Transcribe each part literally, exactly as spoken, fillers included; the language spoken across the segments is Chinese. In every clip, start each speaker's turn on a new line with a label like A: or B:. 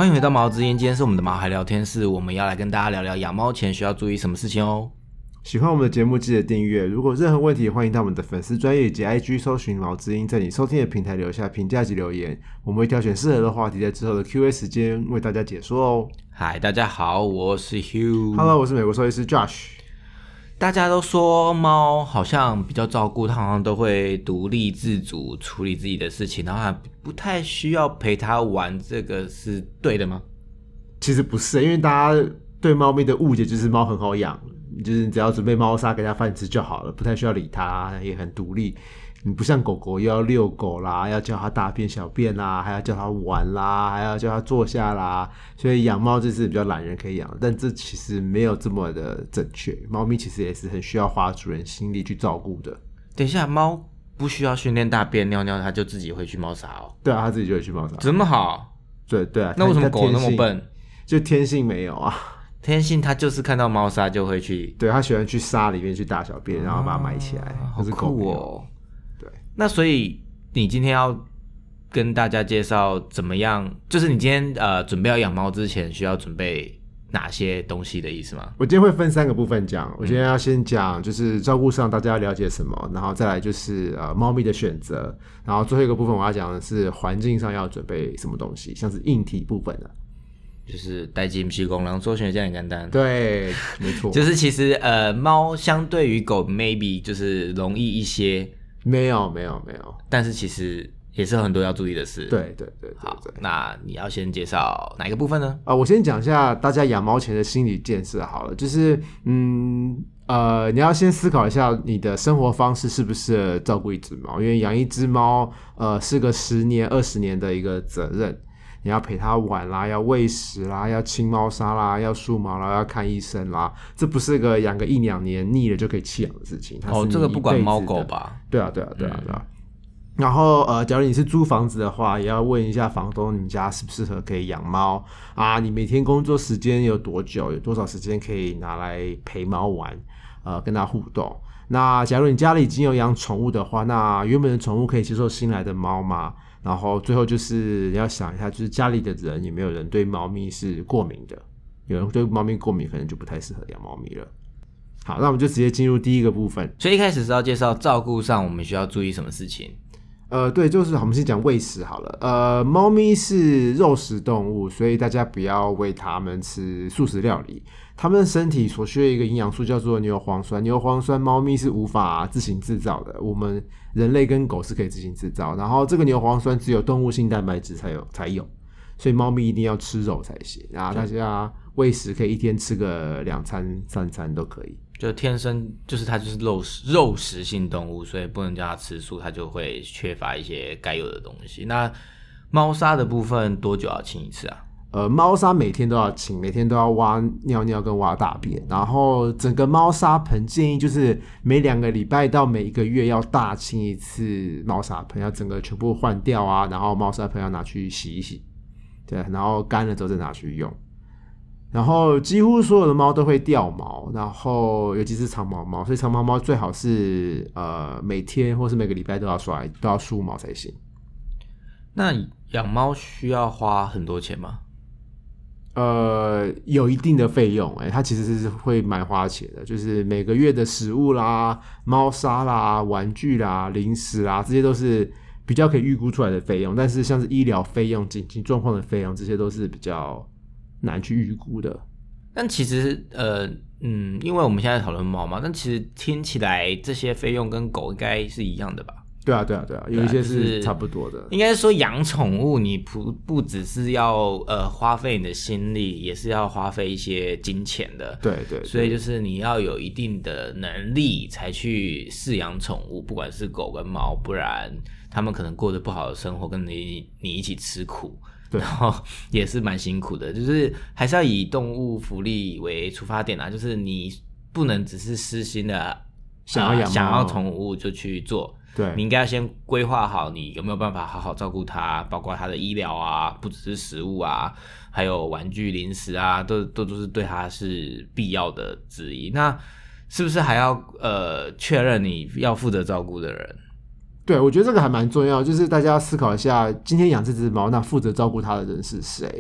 A: 欢迎回到毛之音，今天是我们的毛孩聊天室，我们要来跟大家聊聊养猫前需要注意什么事情哦。
B: 喜欢我们的节目记得订阅，如果任何问题欢迎到我们的粉丝专页以及 I G 搜寻毛之音，在你收听的平台留下评价及留言，我们会挑选适合的话题在之后的 Q A 时间为大家解说哦。
A: 嗨，大家好，我是 Hugh。
B: Hello， 我是美国兽医师 Josh。
A: 大家都说猫好像比较照顾，它好像都会独立自主处理自己的事情，然后还不太需要陪它玩，这个是对的吗？
B: 其实不是，因为大家对猫咪的误解就是猫很好养，就是你只要准备猫砂给它饭吃就好了，不太需要理它，也很独立。你不像狗狗又要遛狗啦，要叫它大便小便啦，还要叫它玩啦，还要叫它坐下啦，所以养猫就是比较懒人可以养，但这其实没有这么的正确。猫咪其实也是很需要花主人心力去照顾的。
A: 等一下，猫不需要训练大便尿尿，它就自己会去猫砂哦？
B: 对啊，它自己就会去猫砂。
A: 这么好？
B: 对对啊。
A: 那为什么狗那么笨？
B: 就天性没有啊。
A: 天性它就是看到猫砂就会去，
B: 对，它喜欢去沙里面去大小便，然后把它埋起来。
A: 啊、好酷哦。
B: 对，
A: 那所以你今天要跟大家介绍怎么样，就是你今天呃准备要养猫之前需要准备哪些东西的意思吗？
B: 我今天会分三个部分讲，我今天要先讲就是照顾上大家要了解什么，然后再来就是呃猫咪的选择，然后最后一个部分我要讲的是环境上要准备什么东西，像是硬体部分的。
A: 就是代志不是讲人做选这样简单。
B: 对，没错。
A: 就是其实呃，猫相对于狗 maybe 就是容易一些。
B: 没有，没有，没有。
A: 但是其实也是有很多要注意的事。
B: 对，对，对。
A: 好，那你要先介绍哪一个部分呢？
B: 啊、呃，我先讲一下大家养猫前的心理建设好了，就是嗯呃，你要先思考一下你的生活方式适不适合照顾一只猫，因为养一只猫呃是个十年、二十年的一个责任。你要陪它玩啦，要喂食啦，要清猫砂啦，要梳毛啦，要看医生啦，这不是个养个一两年腻了就可以弃养的事情。它是
A: 哦，这个不管猫狗吧？
B: 对啊，对啊，对啊，对啊。嗯、然后呃，假如你是租房子的话，也要问一下房东，你们家适不适合可以养猫啊？你每天工作时间有多久？有多少时间可以拿来陪猫玩？呃，跟它互动。那假如你家里已经有养宠物的话，那原本的宠物可以接受新来的猫吗？然后最后就是你要想一下，就是家里的人有没有人对猫咪是过敏的？有人对猫咪过敏，可能就不太适合养猫咪了。好，那我们就直接进入第一个部分。
A: 所以一开始是要介绍照顾上我们需要注意什么事情。
B: 呃，对，就是我们先讲喂食好了。呃，猫咪是肉食动物，所以大家不要喂它们吃素食料理。它们身体所需的一个营养素叫做牛磺酸，牛磺酸猫咪是无法自行制造的，我们人类跟狗是可以自行制造。然后这个牛磺酸只有动物性蛋白质才有才有，所以猫咪一定要吃肉才行。然后大家喂食可以一天吃个两餐、三餐都可以。
A: 就天生就是它就是肉食肉食性动物，所以不能叫它吃素，它就会缺乏一些该有的东西。那猫砂的部分多久要清一次啊？
B: 呃，猫砂每天都要清，每天都要挖尿尿跟挖大便，然后整个猫砂盆建议就是每两个礼拜到每一个月要大清一次猫砂盆，要整个全部换掉啊，然后猫砂盆要拿去洗一洗，对，然后干了之后再拿去用。然后几乎所有的猫都会掉毛，然后尤其是长毛猫，所以长毛猫最好是呃每天或是每个礼拜都要刷都要梳毛才行。
A: 那养猫需要花很多钱吗？
B: 呃，有一定的费用，哎、欸，它其实是会蛮花钱的，就是每个月的食物啦、猫砂啦、玩具啦、零食啦，这些都是比较可以预估出来的费用。但是像是医疗费用、紧急状况的费用，这些都是比较难去预估的。
A: 但其实呃嗯，因为我们现在讨论猫嘛，但其实听起来这些费用跟狗应该是一样的吧？
B: 对啊，对啊，对啊，有一些是差不多的。
A: 应该说养宠物，你不不只是要呃花费你的心力，也是要花费一些金钱的。
B: 对 对, 对，
A: 所以就是你要有一定的能力才去饲养宠物，不管是狗跟猫，不然他们可能过得不好的生活，跟你你一起吃苦。
B: 对，
A: 然后也是蛮辛苦的，就是还是要以动物福利为出发点啊，就是你不能只是私心的
B: 想要养猫、呃、
A: 想要宠物就去做。
B: 对，
A: 你应该要先规划好你有没有办法好好照顾它，包括它的医疗啊，不只是食物啊，还有玩具零食啊，都都都是对它是必要的之一。那是不是还要呃确认你要负责照顾的人？
B: 对，我觉得这个还蛮重要，就是大家要思考一下，今天养这只猫，那负责照顾它的人是谁？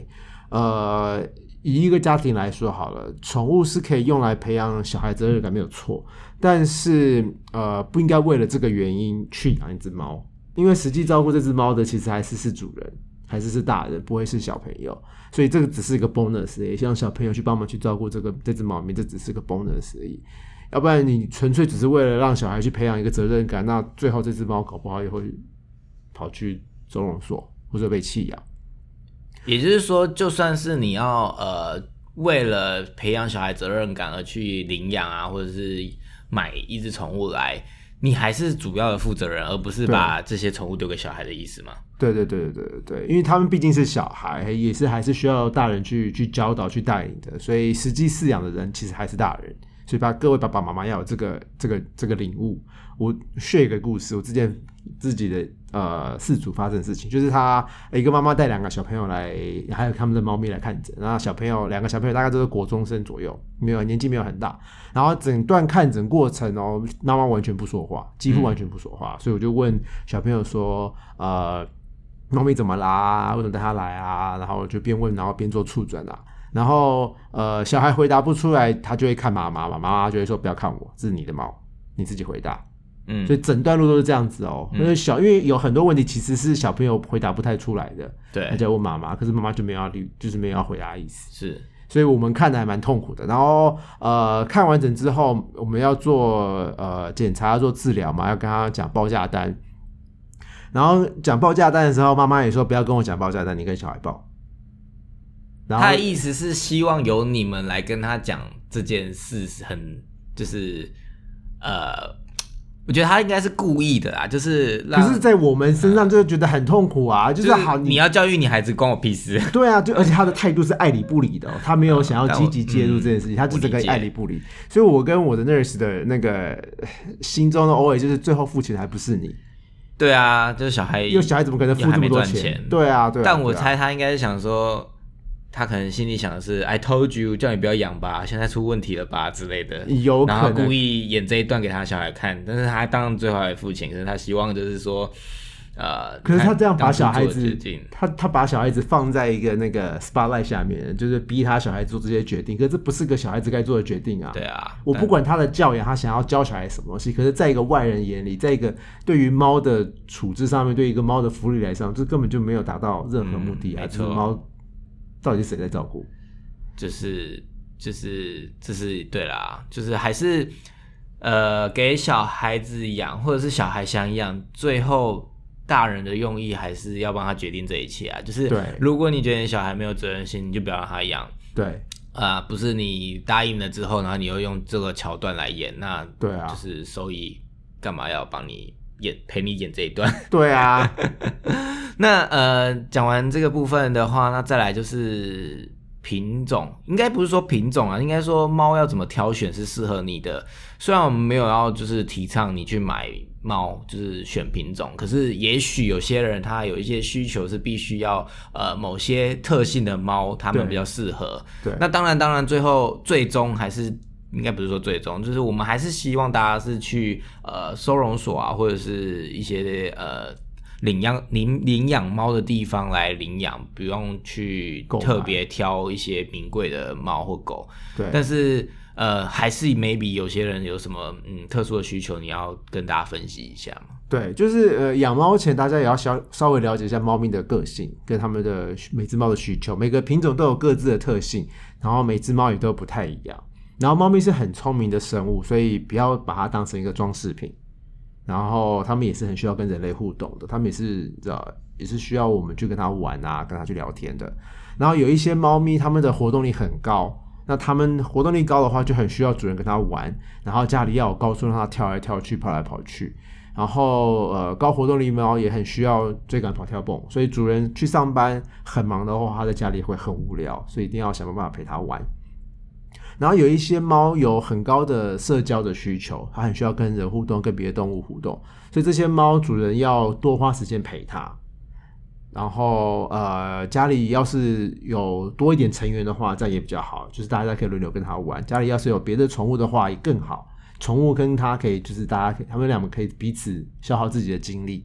B: 呃，以一个家庭来说好了，宠物是可以用来培养小孩责任感没有错，但是呃，不应该为了这个原因去养一只猫，因为实际照顾这只猫的其实还是是主人，还是是大人，不会是小朋友，所以这个只是一个 bonus， 也希望小朋友去帮忙去照顾这个这只猫咪，这只是个 bonus 而已。要不然你纯粹只是为了让小孩去培养一个责任感，那最后这只猫搞不好也会跑去收容所或者被弃养。
A: 也就是说，就算是你要呃为了培养小孩责任感而去领养啊，或者是买一只宠物来，你还是主要的负责人，而不是把这些宠物丢给小孩的意思吗？
B: 对对对对对对，因为他们毕竟是小孩，也是还是需要大人去去教导、去带领的，所以实际饲养的人其实还是大人。所以把各位爸爸妈妈要有这个这个这个领悟。我 share 一个故事，我之前自己的呃饲主发生的事情，就是他一个妈妈带两个小朋友来，还有他们的猫咪来看诊，然后小朋友两个小朋友大概都是国中生左右，没有年纪没有很大，然后整段看诊过程哦，妈妈完全不说话，几乎完全不说话，嗯、所以我就问小朋友说，呃，猫咪怎么啦？为什么带它来啊？然后我就边问，然后边做触诊啊。然后呃，小孩回答不出来，他就会看妈妈嘛，妈妈就会说不要看我，这是你的猫，你自己回答。嗯，所以整段路都是这样子哦。因为小，因为有很多问题其实是小朋友回答不太出来的，
A: 对，
B: 他就要问妈妈，可是妈妈就没有要，就是没有要回答的意思。
A: 是，
B: 所以我们看的还蛮痛苦的。然后呃，看完整之后，我们要做呃检查，要做治疗嘛，要跟他讲报价单。然后讲报价单的时候，妈妈也说不要跟我讲报价单，你跟小孩报。
A: 他的意思是希望由你们来跟他讲这件事，很就是呃，我觉得他应该是故意的啦，就是让
B: 可是在我们身上就觉得很痛苦啊，嗯、就是好，
A: 你要教育你孩子关我屁事。
B: 对啊，就而且他的态度是爱理不理的、哦，他没有想要积极介入这件事情，嗯、他就整个爱理不理。所以我跟我的 nurse 的那个心中的 O A 就是最后付钱还不是你。
A: 对啊，就是小孩，
B: 因为小孩怎么可能付这么多钱？对啊，对啊。
A: 但我猜他应该是想说。他可能心里想的是 I told you 叫你不要养吧，现在出问题了吧之类的，
B: 有可能，
A: 然后故意演这一段给他小孩看，但是他当然最后还付钱，可是他希望就是说呃，
B: 可是他这样把小孩子他他把小孩子放在一个那个 spotlight 下面，就是逼他小孩子做这些决定，可是这不是个小孩子该做的决定啊。
A: 对啊，
B: 我不管他的教养，他想要教小孩什么东西，可是在一个外人眼里，在一个对于猫的处置上面，对于一个猫的福利来上，这根本就没有达到任何目的啊！就是猫到底是谁在照顾？
A: 就是就是就是对啦，就是还是呃给小孩子养，或者是小孩想养，最后大人的用意还是要帮他决定这一切啊。就是如果你觉得你小孩没有责任心，你就不要让他养。
B: 对
A: 啊、呃，不是你答应了之后，然后你又用这个桥段来演，那
B: 对啊，
A: 就是收益干嘛要帮你演陪你演这一段？
B: 对啊。
A: 那呃，讲完这个部分的话，那再来就是品种，应该不是说品种啊，应该说猫要怎么挑选是适合你的。虽然我们没有要就是提倡你去买猫就是选品种，可是也许有些人他有一些需求是必须要呃某些特性的猫，他们比较适合。
B: 对，
A: 那当然当然最后最终还是。应该不是说最终，就是我们还是希望大家是去呃收容所啊，或者是一些呃领养领领养猫的地方来领养，不用去特别挑一些名贵的猫或狗。
B: 对，
A: 但是呃还是 maybe 有些人有什么嗯特殊的需求，你要跟大家分析一下嘛。
B: 对，就是呃养猫前大家也要稍稍微了解一下猫咪的个性跟他们的每只猫的需求，每个品种都有各自的特性，然后每只猫也都不太一样。然后猫咪是很聪明的生物，所以不要把它当成一个装饰品。然后它们也是很需要跟人类互动的，它们也是你知道，也是需要我们去跟它玩啊，跟它去聊天的。然后有一些猫咪，它们的活动力很高，那它们活动力高的话，就很需要主人跟它玩，然后家里要有高处让它跳来跳去、跑来跑去。然后呃，高活动力猫也很需要追赶、跑、跳、蹦，所以主人去上班很忙的话，它在家里会很无聊，所以一定要想办法陪它玩。然后有一些猫有很高的社交的需求，它很需要跟人互动，跟别的动物互动，所以这些猫主人要多花时间陪它。然后呃，家里要是有多一点成员的话，这样也比较好，就是大家可以轮流跟它玩。家里要是有别的宠物的话，也更好。宠物跟它可以就是大家可以，他们两个可以彼此消耗自己的精力。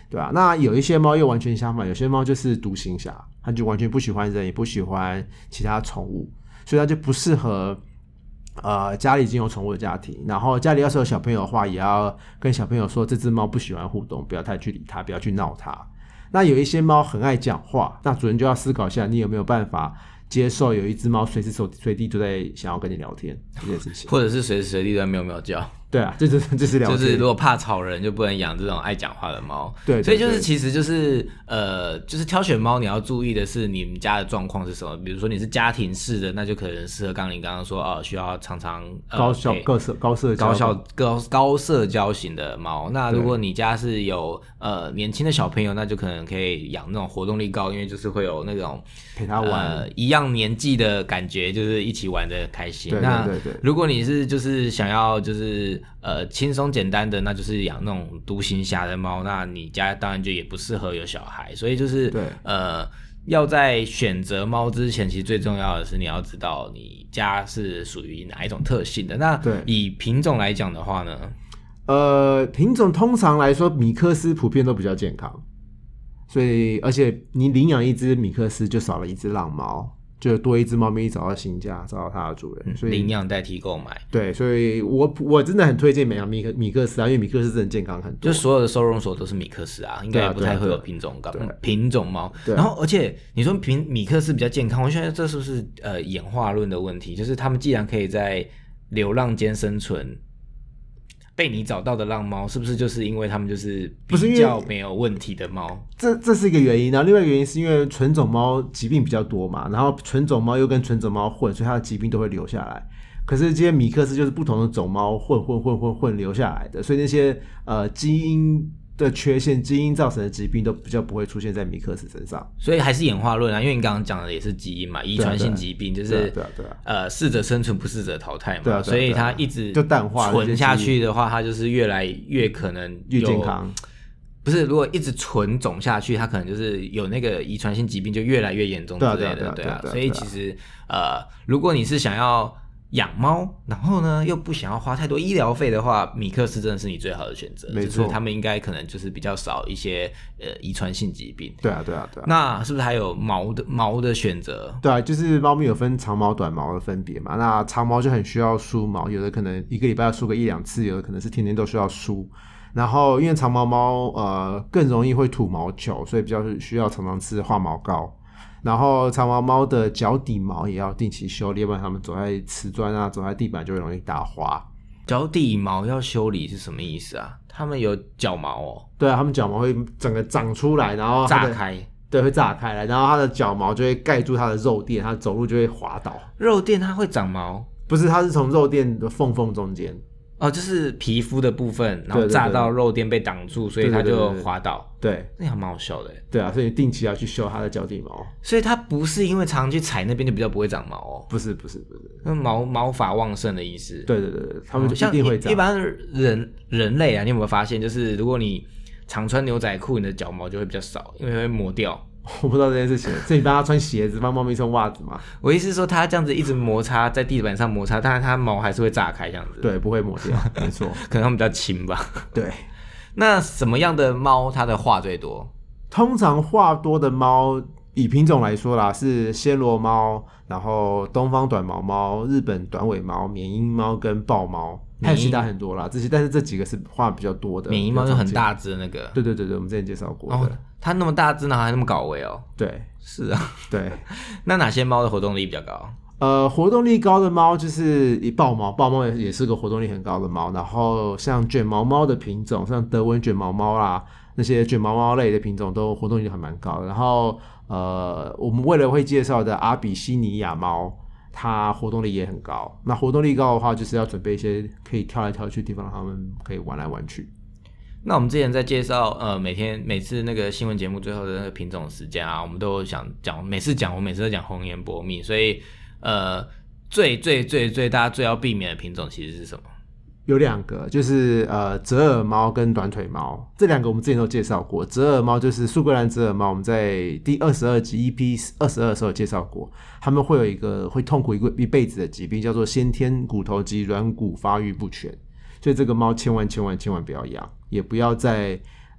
B: 对啊，那有一些猫又完全相反，有些猫就是独行侠，它就完全不喜欢人，也不喜欢其他宠物，所以它就不适合呃家里已经有宠物的家庭。然后家里要是有小朋友的话，也要跟小朋友说这只猫不喜欢互动，不要太去理它，不要去闹它。那有一些猫很爱讲话，那主人就要思考一下，你有没有办法接受有一只猫随时随地都在想要跟你聊天这件事情，
A: 或者是随时随地都在喵喵叫。
B: 对啊，这就是这是聊天。
A: 就是如果怕吵人，就不能养这种爱讲话的猫。
B: 对， 对， 对，
A: 所以就是其实就是呃，就是挑选猫你要注意的是你们家的状况是什么。比如说你是家庭式的，那就可能适合刚你刚刚说哦，需要常常、呃、
B: 高效高社高社交
A: 高效高高社交型的猫。那如果你家是有呃年轻的小朋友，那就可能可以养那种活动力高，因为就是会有那种
B: 陪他玩、
A: 呃、一样年纪的感觉，就是一起玩的开心。
B: 对对对对。
A: 那如果你是就是想要就是呃轻松简单的，那就是养那种独行侠的猫，那你家当然就也不适合有小孩。所以就是呃要在选择猫之前，其实最重要的是你要知道你家是属于哪一种特性的。那以品种来讲的话呢，
B: 呃品种通常来说米克斯普遍都比较健康，所以而且你领养一只米克斯就少了一只浪猫，就多一只猫咪找到新家，找到它的主人，所以
A: 领养代替购买。
B: 对，所以我我真的很推荐养米克米克斯啊，因为米克斯真的健康很多，
A: 就所有的收容所都是米克斯啊，应该也不太会有品种高、啊、品种猫。然后而且你说品米克斯比较健康，我觉得这是不是呃演化论的问题？就是他们既然可以在流浪间生存，被你找到的浪猫是不是就是因为他们就是比较没有问题的猫？
B: 这这是一个原因，然后另外一个原因是因为纯种猫疾病比较多嘛，然后纯种猫又跟纯种猫混，所以它的疾病都会留下来。可是这些米克斯就是不同的种猫混混混混混留下来的，所以那些呃基因的缺陷、基因造成的疾病都比较不会出现在米克斯身上。
A: 所以还是演化论啊，因为你刚刚讲的也是基因嘛，遗传性疾病就是
B: 对啊对啊对啊
A: 呃适者生存不适者淘汰嘛，
B: 对啊对啊对啊，
A: 所以它一直
B: 就淡化
A: 存下去的话，它就是越来越可能
B: 越健康。
A: 不是，如果一直纯种下去，它可能就是有那个遗传性疾病就越来越严重之类的，对啊。所以其实呃，如果你是想要养猫，然后呢又不想要花太多医疗费的话，米克斯真的是你最好的选择。没错，就是他们应该可能就是比较少一些呃遗传性疾病。
B: 对啊，对啊，对啊。
A: 那是不是还有毛的毛的选择？
B: 对啊，就是猫咪有分长毛、短毛的分别嘛。那长毛就很需要梳毛，有的可能一个礼拜要梳个一两次，有的可能是天天都需要梳。然后因为长毛猫呃更容易会吐毛球，所以比较需要常常吃化毛膏。然后长毛猫的脚底毛也要定期修理，要不然它们走在瓷砖啊、走在地板就会容易打滑。
A: 脚底毛要修理是什么意思啊？它们有脚毛哦？
B: 对啊，它们脚毛会整个长出来，然后
A: 炸开，
B: 对，会炸开来，然后它的脚毛就会盖住它的肉垫，它走路就会滑倒。
A: 肉垫它会长毛？
B: 不是，它是从肉垫的缝缝中间。
A: 哦，就是皮肤的部分，然后炸到肉垫被挡住，所以它就滑倒。
B: 对，
A: 那还蛮好笑的。
B: 对啊，所以你定期要去修它的脚底毛。
A: 所以它不是因为常去踩那边就比较不会长毛哦？
B: 不是，不是，不是，
A: 那毛毛发旺盛的意思。
B: 对对对对，他们一定会长。
A: 像一般人人类啊，你有没有发现，就是如果你常穿牛仔裤，你的脚毛就会比较少，因为会磨掉。
B: 我不知道这件事情，所以你帮它穿鞋子，帮猫咪穿袜子嘛？
A: 我意思是说，它这样子一直摩擦在地板上摩擦，但是它毛还是会炸开这样子。
B: 对，不会磨掉，没错。
A: 可能它们比较轻吧。
B: 对。
A: 那什么样的猫它的话最多？
B: 通常话多的猫，以品种来说啦，是暹罗猫，然后东方短毛猫、日本短尾猫、缅因猫跟豹猫。还有其他很多啦，这些但是这几个是话比较多的。
A: 缅因猫就很大只的那个。
B: 对对对对，我们之前介绍过的。
A: 哦，它那么大只，然后还那么搞维哦。
B: 对，
A: 是啊，
B: 对。
A: 那哪些猫的活动力比较高？
B: 呃，活动力高的猫就是豹猫，豹猫也是个活动力很高的猫。然后像卷毛猫的品种，像德文卷毛猫啦，那些卷毛猫类的品种都活动力还蛮高的。然后呃，我们为了会介绍的阿比西尼亚猫，它活动力也很高。那活动力高的话，就是要准备一些可以跳来跳去的地方，让它们可以玩来玩去。
A: 那我们之前在介绍呃每天每次那个新闻节目最后的那个品种时间啊，我们都想讲，每次讲我每次都讲红颜薄命，所以呃最最最最大家最要避免的品种其实是什么？
B: 有两个，就是呃折耳猫跟短腿猫，这两个我们之前都介绍过。折耳猫就是苏格兰折耳猫，我们在第二十二集 E P 二十二的时候有介绍过，他们会有一个会痛苦一个一辈子的疾病，叫做先天骨头及软骨发育不全，所以这个猫千万千万千万不要养，也不要在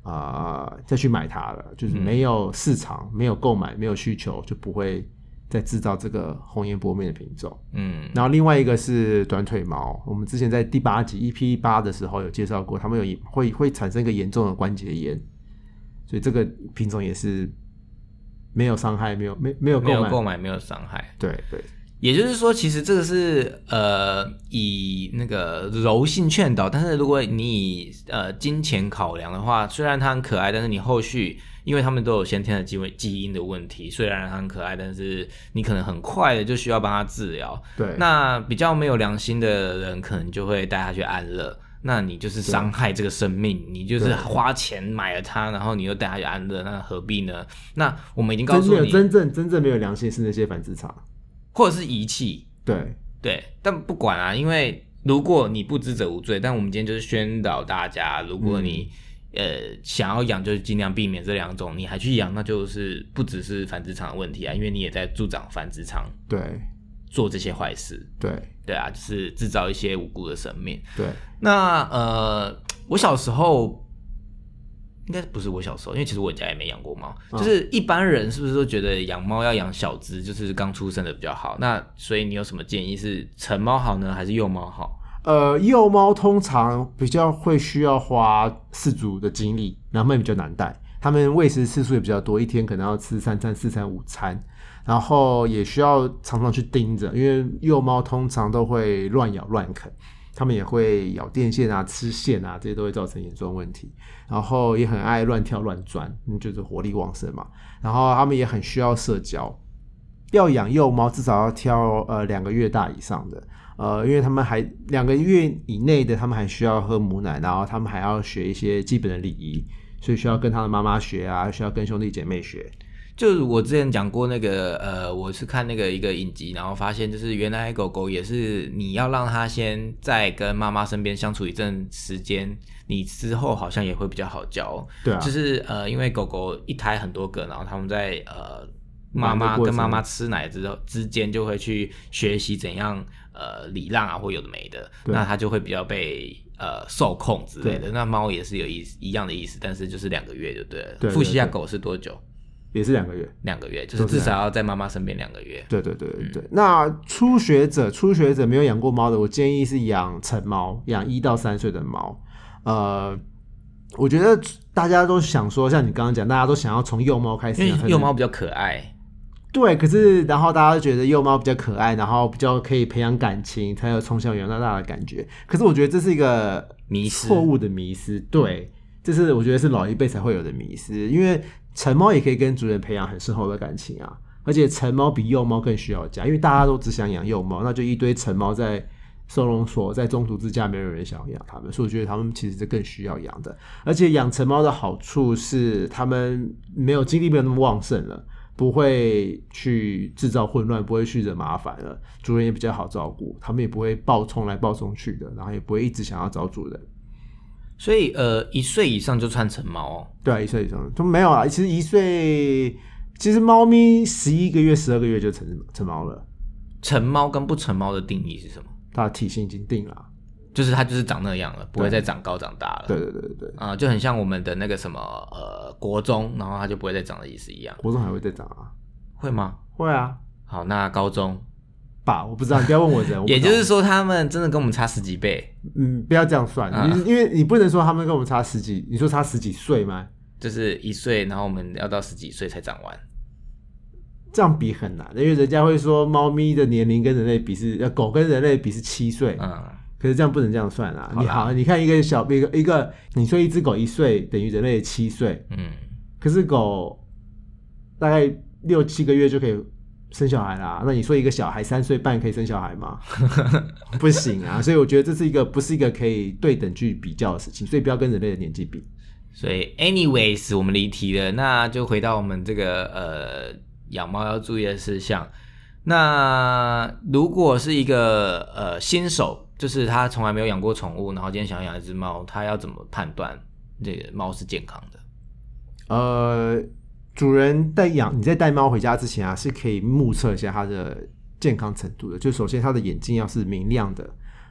B: 啊、呃、再去买它了，就是没有市场、嗯、没有购买、没有需求，就不会再制造这个红眼波面的品种。嗯，然后另外一个是短腿猫，我们之前在第八集 E P 八的时候有介绍过，它们有会会产生一个严重的关节炎，所以这个品种也是没有伤害，没有没没有购买，
A: 没有购买，没有伤害。
B: 对对。
A: 也就是说，其实这个是呃以那个柔性劝导，但是如果你以呃金钱考量的话，虽然它很可爱，但是你后续因为他们都有先天的基基因的问题，虽然它很可爱，但是你可能很快的就需要帮它治疗。
B: 对，
A: 那比较没有良心的人，可能就会带它去安乐。那你就是伤害这个生命，你就是花钱买了它，然后你又带它去安乐，那何必呢？那我们已经告诉你，
B: 真正真正没有良心是那些繁殖场。
A: 或者是遗弃，
B: 对
A: 对，但不管啊，因为如果你不知者无罪，但我们今天就是宣导大家，如果你、嗯、呃想要养，就是尽量避免这两种，你还去养，那就是不只是繁殖场的问题啊，因为你也在助长繁殖场
B: 对
A: 做这些坏事，
B: 对
A: 对啊，就是制造一些无辜的生命。
B: 对，
A: 那呃，我小时候。应该不是我小时候，因为其实我家也没养过猫、嗯。就是一般人是不是都觉得养猫要养小只，就是刚出生的比较好？那所以你有什么建议？是成猫好呢，还是幼猫好？
B: 呃，幼猫通常比较会需要花饲主的精力，然后它们比较难带，它们喂食次数也比较多，一天可能要吃三餐、四餐、五餐，然后也需要常常去盯着，因为幼猫通常都会乱咬乱啃。他们也会咬电线啊、吃线啊，这些都会造成严重问题。然后也很爱乱跳乱钻，就是活力旺盛嘛。然后他们也很需要社交。要养幼猫，至少要挑呃两个月大以上的，呃，因为他们还两个月以内的，他们还需要喝母奶，然后他们还要学一些基本的礼仪，所以需要跟他的妈妈学啊，需要跟兄弟姐妹学。
A: 就是我之前讲过那个呃，我是看那个一个影集，然后发现就是原来狗狗也是你要让它先在跟妈妈身边相处一阵时间，你之后好像也会比较好教。
B: 对啊，
A: 就是呃，因为狗狗一胎很多个，然后他们在呃妈妈跟妈妈吃奶之后之间就会去学习怎样呃礼让啊，或有的没的，那它就会比较被呃受控之类的。那猫也是有一一样的意思，但是就是两个月就对了。对对对，复习一下狗是多久？
B: 也是两个月，
A: 两个月就是至少要在妈妈身边两个月。
B: 对对对对对、嗯。那初学者，初学者没有养过猫的，我建议是养成猫，养一到三岁的猫。呃，我觉得大家都想说，像你刚刚讲，大家都想要从幼猫开始养，
A: 因为幼猫比较可爱。
B: 对，可是然后大家都觉得幼猫比较可爱，然后比较可以培养感情，才有从小养到大的感觉。可是我觉得这是一个
A: 迷思，
B: 错误的迷思。对，这是我觉得是老一辈才会有的迷思，因为成猫也可以跟主人培养很深厚的感情啊，而且成猫比幼猫更需要家，因为大家都只想养幼猫，那就一堆成猫在收容所、在中途之家，没有人想要养它们，所以我觉得他们其实是更需要养的。而且养成猫的好处是，他们没有精力没有那么旺盛了，不会去制造混乱，不会去惹麻烦了，主人也比较好照顾，他们也不会暴冲来暴冲去的，然后也不会一直想要找主人。
A: 所以呃，一岁以上就算成猫哦。
B: 对啊，一岁以上都没有啊。其实一岁，其实猫咪十一个月、十二个月就成成猫了。
A: 成猫跟不成猫的定义是什么？
B: 它的体型已经定了，
A: 就是它就是长那样了，不会再长高长大了。
B: 对对对对对，
A: 啊、呃，就很像我们的那个什么呃国中，然后它就不会再长的意思一样。
B: 国中还会再长啊？
A: 会吗？
B: 会啊。
A: 好，那高中。
B: 吧，我不知道，你不要问我人。
A: 也就是说，他们真的跟我们差十几倍。
B: 嗯，不要这样算，啊、因为你不能说他们跟我们差十几，你说差十几岁吗？
A: 就是一岁，然后我们要到十几岁才长完，
B: 这样比很难，因为人家会说猫咪的年龄跟人类比是，狗跟人类比是七岁。嗯，可是这样不能这样算啊。好你好，你看一个小一个一个，你说一只狗一岁等于人类七岁，嗯，可是狗大概六七个月就可以生小孩啦，那你说一个小孩三岁半可以生小孩吗？不行啊，所以我觉得这是一个不是一个可以对等去比较的事情，所以不要跟人类的年纪比。
A: 所以 anyways 我们离题了，那就回到我们这个呃养猫要注意的事项。那如果是一个呃新手，就是他从来没有养过宠物，然后今天想要养一只猫，他要怎么判断这个猫是健康的？
B: 呃。主人带养你在带猫回家之前啊，是可以目测一下它的健康程度的。就首先它的眼睛要是明亮的，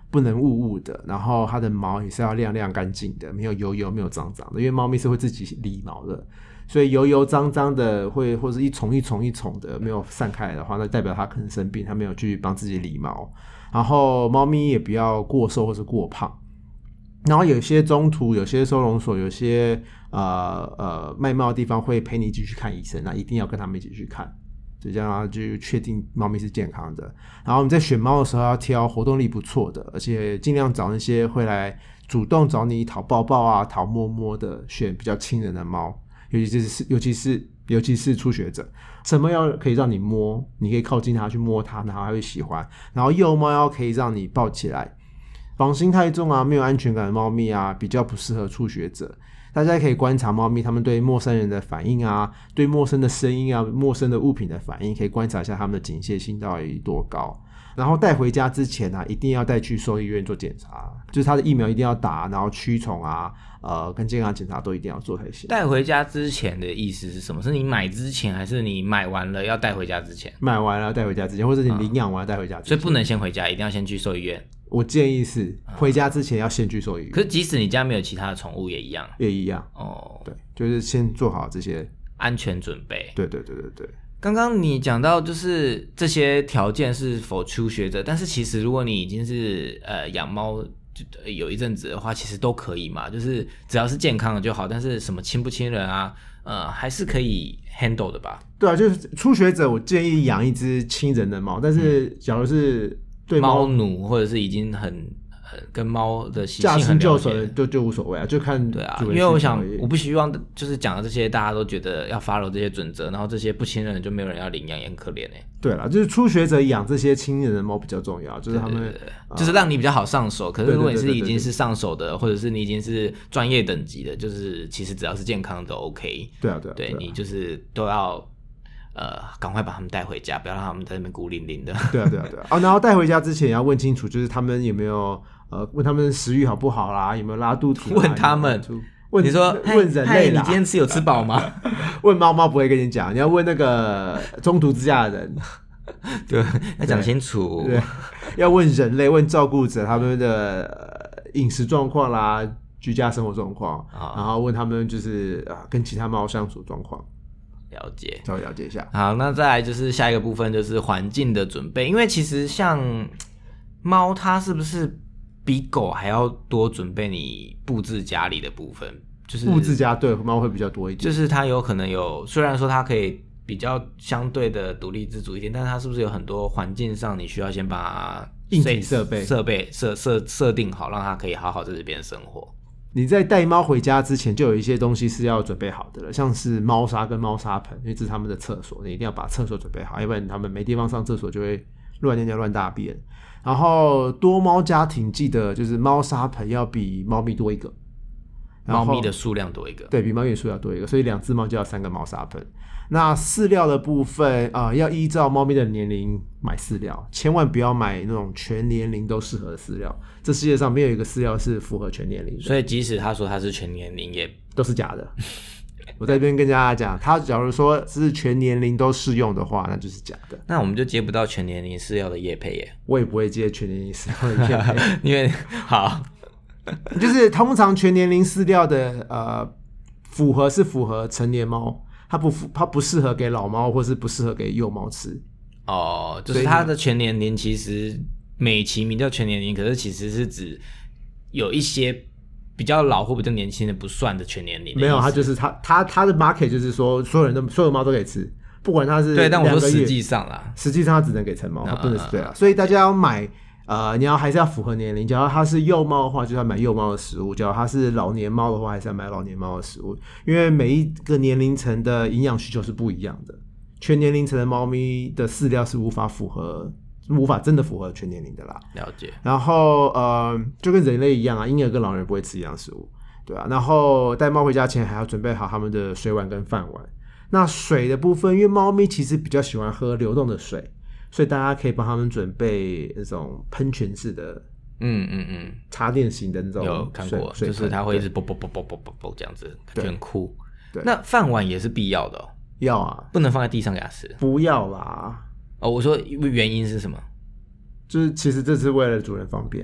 B: 不能雾雾的，然后它的毛也是要亮亮干净的，没有油油没有脏脏的，因为猫咪是会自己理毛的，所以油油脏脏的会或者一丛一丛一丛的没有散开来的话，那代表它可能生病，它没有去帮自己理毛。然后猫咪也不要过瘦或是过胖。然后有些中途有些收容所有些呃呃卖猫的地方会陪你一起去看医生，那一定要跟他们一起去看，就这样就确定猫咪是健康的。然后你在选猫的时候要挑活动力不错的，而且尽量找那些会来主动找你讨抱抱啊讨摸摸的，选比较亲人的猫，尤其是尤其是尤其是初学者，什么要可以让你摸，你可以靠近它去摸它，然后它会喜欢。然后幼猫要可以让你抱起来，防心太重啊没有安全感的猫咪啊比较不适合初学者。大家可以观察猫咪它们对陌生人的反应啊，对陌生的声音啊陌生的物品的反应，可以观察一下它们的警戒性到底多高。然后带回家之前啊一定要带去兽医院做检查，就是它的疫苗一定要打，然后驱虫啊呃跟健康检查都一定要做才行。
A: 带回家之前的意思是什么？是你买之前还是你买完了要带回家之前？
B: 买完了带回家之前，或者你领养完了带回家之前、
A: 嗯、所以不能先回家，一定要先去兽医院。
B: 我建议是回家之前要先去兽医院、嗯、
A: 可是即使你家没有其他的宠物也一样
B: 也一样
A: 哦。
B: 对，就是先做好这些
A: 安全准备。
B: 对对对对对。
A: 刚刚你讲到就是这些条件是否初学者，但是其实如果你已经是呃养猫有一阵子的话，其实都可以嘛，就是只要是健康的就好，但是什么亲不亲人啊呃还是可以 handle 的吧。
B: 对啊，就是初学者我建议养一只亲人的猫，但是假如是对
A: 猫奴或者是已经很很跟猫的习性很了解
B: 驾轻就熟的就就无所谓啊，就看
A: 对啊，因为我想我不希望就是讲的这些大家都觉得要 follow 这些准则，然后这些不亲人就没有人要领养，也很可怜哎。
B: 对啦，就是初学者养这些亲人的猫比较重要，就是他们
A: 对对对、呃、就是让你比较好上手。可是如果你是已经是上手的，或者是你已经是专业等级的，就是其实只要是健康都 OK。
B: 对啊对啊，
A: 对,
B: 对啊
A: 你就是都要。呃，赶快把他们带回家，不要让他们在那边孤零零的。
B: 对啊，对啊，对啊。哦，然后带回家之前也要问清楚，就是他们有没有呃，问他们食欲好不好啦，有没有拉肚子、啊？
A: 问他们，
B: 问
A: 你说
B: 问人类啦，
A: 你今天吃有吃饱吗？
B: 问猫猫不会跟你讲，你要问那个中途之家的人。
A: 对，要讲清楚。
B: 对，要问人类，问照顾者他们的饮食状况啦，居家生活状况、哦，然后问他们就是啊、呃、跟其他猫相处状况。
A: 了解，
B: 稍微了解一下。
A: 好，那再来就是下一个部分，就是环境的准备。因为其实像猫，它是不是比狗还要多准备你布置家里的部分？就是
B: 布置家对猫会比较多一点，
A: 就是它有可能有，虽然说它可以比较相对的独立自主一点，但是它是不是有很多环境上你需要先把
B: 硬体设备
A: 设备设设设定好，让它可以好好在这边生活。
B: 你在带猫回家之前就有一些东西是要准备好的了，像是猫砂跟猫砂盆，因为这是他们的厕所，你一定要把厕所准备好，要不然他们没地方上厕所就会乱尿尿乱大便。然后多猫家庭记得就是猫砂盆要比猫咪多一个，
A: 猫咪的数量多一个，
B: 对，比猫咪的数量多一个，所以两只猫就要三个猫砂盆。那饲料的部分啊、呃，要依照猫咪的年龄买饲料，千万不要买那种全年龄都适合的饲料。这世界上没有一个饲料是符合全年龄的，
A: 所以即使他说他是全年龄，也
B: 都是假的。我在这边跟大家讲，他假如说是全年龄都适用的话，那就是假的。
A: 那我们就接不到全年龄饲料的业配耶，
B: 我也不会接全年龄饲料的业配，
A: 因为好，
B: 就是通常全年龄饲料的呃符合是符合成年猫。它不它不适合给老猫，或是不适合给幼猫吃。
A: 哦，就是它的全年龄其实美其名叫全年龄，可是其实是指有一些比较老或比较年轻的不算的全年龄。
B: 没有，它就是它它它的 market 就是说所有人都所有猫都可以吃，不管它是
A: 对，但我说实际上啦，
B: 实际上它只能给成猫，它不能是对啊。所以大家要买。呃，你要还是要符合年龄。假如它是幼猫的话，就要买幼猫的食物；假如它是老年猫的话，还是要买老年猫的食物。因为每一个年龄层的营养需求是不一样的，全年龄层的猫咪的饲料是无法符合，无法真的符合全年龄的啦。
A: 了解。然
B: 后呃，就跟人类一样啊，婴儿跟老人不会吃一样食物，对啊。然后带猫回家前还要准备好他们的水碗跟饭碗。那水的部分，因为猫咪其实比较喜欢喝流动的水。所以大家可以帮他们准备那种喷泉式的，
A: 嗯嗯嗯，
B: 插电型的那种，
A: 有看过，就是它会一直啵啵啵啵啵啵啵这样子，感觉很酷。
B: 对，
A: 那饭碗也是必要的哦。
B: 要啊，
A: 不能放在地上给它吃。
B: 不要啦。
A: 哦，我说原因是什么？
B: 就是其实这是为了主人方便，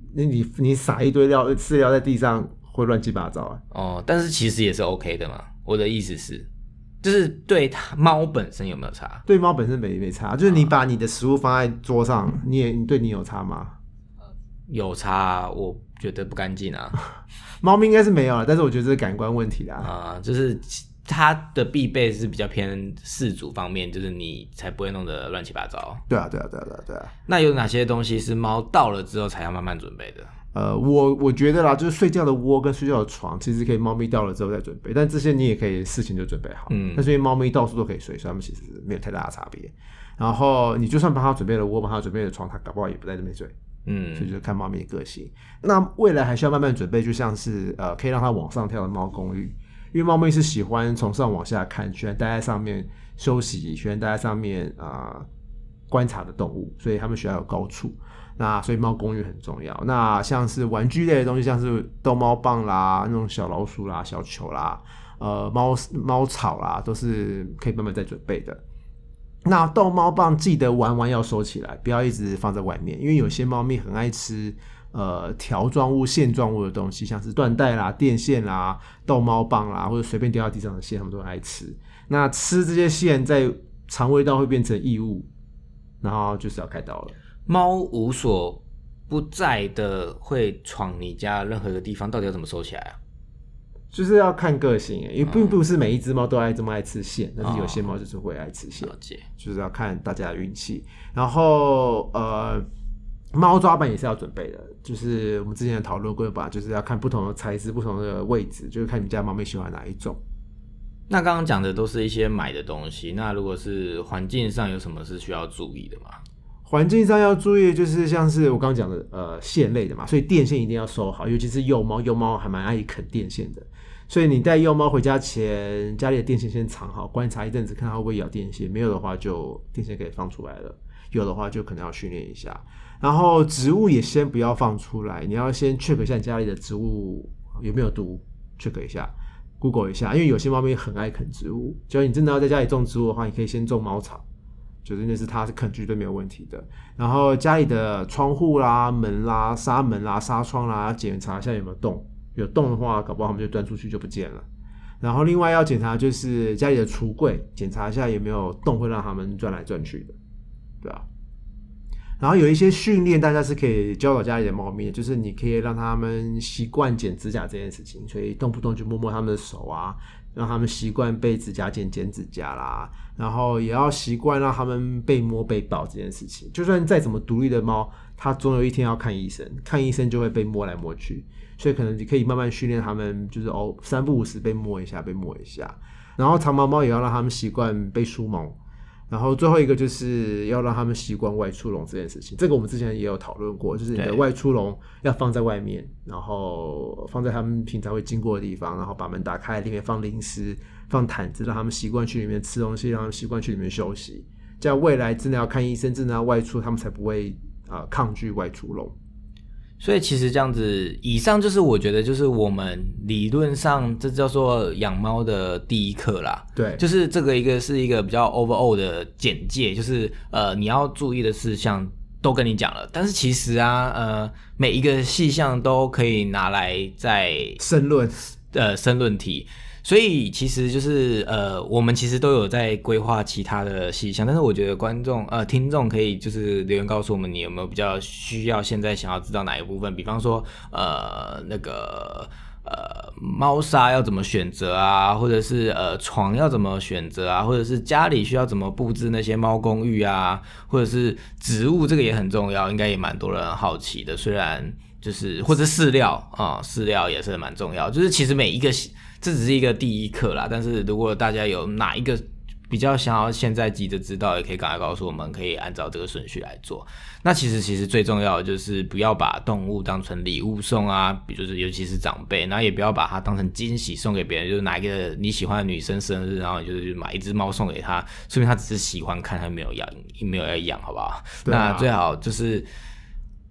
B: 你你你撒一堆料饲料在地上会乱七八糟啊。
A: 哦，但是其实也是 OK 的嘛。我的意思是，就是对它猫本身有没有差？
B: 对猫本身没没差，就是你把你的食物放在桌上，你也你对你有差吗？
A: 有差啊，我觉得不干净啊。
B: 猫咪应该是没有了，但是我觉得这是感官问题啦。
A: 啊、就是它的必备是比较偏饲主方面，就是你才不会弄得乱七八糟。
B: 对啊，对啊，对啊，对啊，对啊。
A: 那有哪些东西是猫到了之后才要慢慢准备的？
B: 呃，我我觉得啦，就是睡觉的窝跟睡觉的床，其实可以猫咪到了之后再准备，但这些你也可以事情就准备好。嗯，但是因为猫咪到处都可以睡，所以它们其实没有太大的差别。然后你就算帮它准备了窝，帮它准备了床，它搞不好也不在这边睡。嗯，所以就看猫咪的个性。那未来还需要慢慢准备，就像是呃，可以让它往上跳的猫公寓，因为猫咪是喜欢从上往下看，喜欢待在上面休息，喜欢待在上面啊、呃、观察的动物，所以它们需要有高处。那所以猫公寓很重要。那像是玩具类的东西，像是逗猫棒啦、那种小老鼠啦、小球啦、呃猫猫草啦，都是可以慢慢再准备的。那逗猫棒记得玩完要收起来，不要一直放在外面，因为有些猫咪很爱吃呃条状物、线状物的东西，像是缎带啦、电线啦、逗猫棒啦，或者随便掉到地上的线，它们都很爱吃。那吃这些线在肠胃道会变成异物，然后就是要开刀了。
A: 猫无所不在的会闯你家任何一个地方，到底要怎么收起来啊？
B: 就是要看个性，因为并不是每一只猫都爱这么爱吃线，但是有些猫就是会爱吃线，就是要看大家的运气。然后呃，猫抓板也是要准备的，就是我们之前讨论过吧，就是要看不同的材质、不同的位置，就是看你家猫咪喜欢哪一种。
A: 那刚刚讲的都是一些买的东西，那如果是环境上有什么是需要注意的吗？
B: 环境上要注意，就是像是我刚刚讲的，呃，线类的嘛，所以电线一定要收好，尤其是幼猫，幼猫还蛮爱啃电线的，所以你带幼猫回家前，家里的电线先藏好，观察一阵子，看它会不会咬电线，没有的话就电线可以放出来了，有的话就可能要训练一下。然后植物也先不要放出来，你要先 check 一下你家里的植物有没有毒 ，check 一下 ，Google 一下，因为有些猫咪很爱啃植物，只要你真的要在家里种植物的话，你可以先种猫草。就是那是它是啃绝对没有问题的。然后家里的窗户啦、门啦、纱门啦、纱窗啦，要检查一下有没有洞，有洞的话，搞不好它们就钻出去就不见了。然后另外要检查就是家里的橱柜，检查一下有没有洞会让它们钻来钻去的，对啊。然后有一些训练，大家是可以教导家里的猫咪，就是你可以让它们习惯剪指甲这件事情，所以动不动就摸摸它们的手啊，让他们习惯被指甲剪剪指甲啦，然后也要习惯让他们被摸被抱这件事情。就算再怎么独立的猫，它总有一天要看医生，看医生就会被摸来摸去，所以可能你可以慢慢训练他们，就是哦三不五时被摸一下，被摸一下。然后长毛猫也要让他们习惯被梳毛。然后最后一个就是要让他们习惯外出笼这件事情，这个我们之前也有讨论过，就是你的外出笼要放在外面，然后放在他们平常会经过的地方，然后把门打开，里面放零食、放毯子，让他们习惯去里面吃东西，让他们习惯去里面休息。这样未来真的要看医生，真的要外出，他们才不会、呃、抗拒外出笼。
A: 所以其实这样子，以上就是我觉得就是我们理论上这叫做养猫的第一课啦。
B: 对，
A: 就是这个一个是一个比较 overall 的简介，就是呃你要注意的事项都跟你讲了，但是其实啊呃每一个细项都可以拿来再
B: 申论
A: 呃申论题。所以其实就是呃，我们其实都有在规划其他的细项，但是我觉得观众呃听众可以就是留言告诉我们，你有没有比较需要现在想要知道哪一部分，比方说呃那个呃猫砂要怎么选择啊，或者是呃床要怎么选择啊，或者是家里需要怎么布置那些猫公寓啊，或者是植物，这个也很重要，应该也蛮多人好奇的。虽然就是或者饲料啊，饲料也是蛮重要，就是其实每一个。这只是一个第一课啦，但是如果大家有哪一个比较想要现在急着知道，也可以赶快告诉我们，可以按照这个顺序来做。那其实其实最重要的就是不要把动物当成礼物送啊，比如说尤其是长辈，然后也不要把它当成惊喜送给别人，就是哪一个你喜欢的女生生日，然后就是买一只猫送给她，说明她只是喜欢看，她没有养，没有要养，好不好？啊、那最好就是。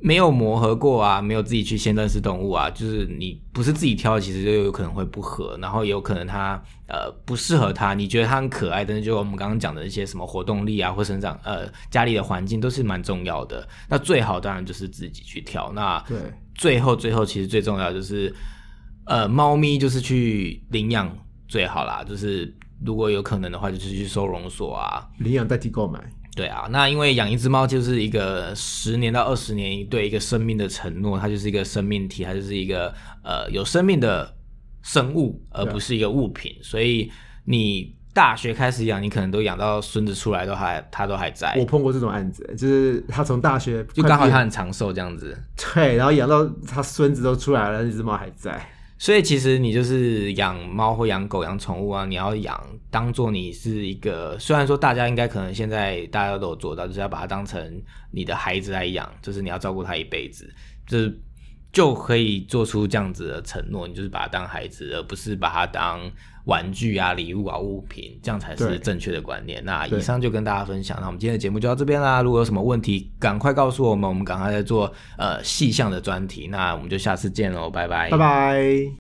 A: 没有磨合过啊，没有自己去先认识动物啊，就是你不是自己挑的，其实就有可能会不合，然后也有可能它呃不适合它，你觉得它很可爱，但是就我们刚刚讲的一些什么活动力啊，或生长呃家里的环境都是蛮重要的。那最好当然就是自己去挑。那
B: 对，
A: 最后最后其实最重要的就是呃猫咪就是去领养最好啦，就是如果有可能的话，就是去收容所啊，
B: 领养代替购买。
A: 对啊，那因为养一只猫就是一个十年到二十年对一个生命的承诺，它就是一个生命体，它就是一个呃有生命的生物，而不是一个物品。所以你大学开始养，你可能都养到孙子出来都还它都还在。
B: 我碰过这种案子，就是他从大学
A: 就刚好他很长寿这样子，
B: 对，然后养到他孙子都出来了，那只猫还在。
A: 所以其实你就是养猫或养狗养宠物啊，你要养当做你是一个，虽然说大家应该可能现在大家都有做到，就是要把它当成你的孩子来养，就是你要照顾它一辈子，就是就可以做出这样子的承诺，你就是把它当孩子，而不是把它当玩具啊礼物啊物品，这样才是正确的观念。那以上就跟大家分享，那我们今天的节目就到这边啦，如果有什么问题赶快告诉我们，我们赶快再做呃细项的专题，那我们就下次见咯，拜拜
B: 拜拜。